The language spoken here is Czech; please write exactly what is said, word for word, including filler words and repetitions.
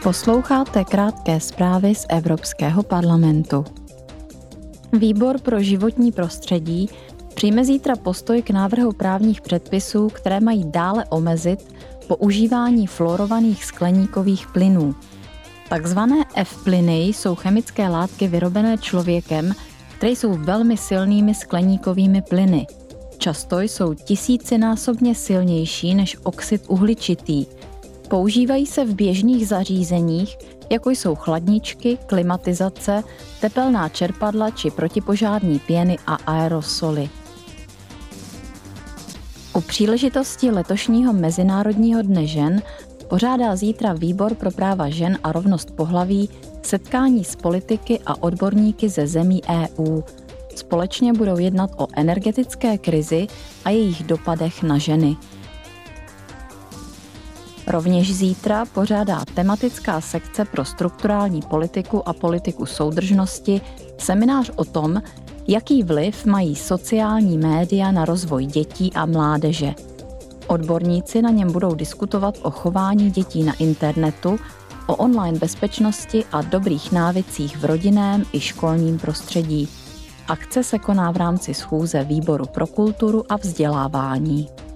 Posloucháte krátké zprávy z Evropského parlamentu. Výbor pro životní prostředí přijme zítra postoj k návrhu právních předpisů, které mají dále omezit používání fluorovaných skleníkových plynů. Takzvané F-plyny jsou chemické látky vyrobené člověkem, které jsou velmi silnými skleníkovými plyny. Často jsou tisícinásobně silnější než oxid uhličitý. Používají se v běžných zařízeních, jako jsou chladničky, klimatizace, tepelná čerpadla či protipožární pěny a aerosoly. U příležitosti letošního Mezinárodního dne žen pořádá zítra Výbor pro práva žen a rovnost pohlaví setkání s politiky a odborníky ze zemí E U. Společně budou jednat o energetické krizi a jejich dopadech na ženy. Rovněž zítra pořádá tematická sekce pro strukturální politiku a politiku soudržnosti seminář o tom, jaký vliv mají sociální média na rozvoj dětí a mládeže. Odborníci na něm budou diskutovat o chování dětí na internetu, o online bezpečnosti a dobrých návycích v rodinném i školním prostředí. Akce se koná v rámci schůze Výboru pro kulturu a vzdělávání.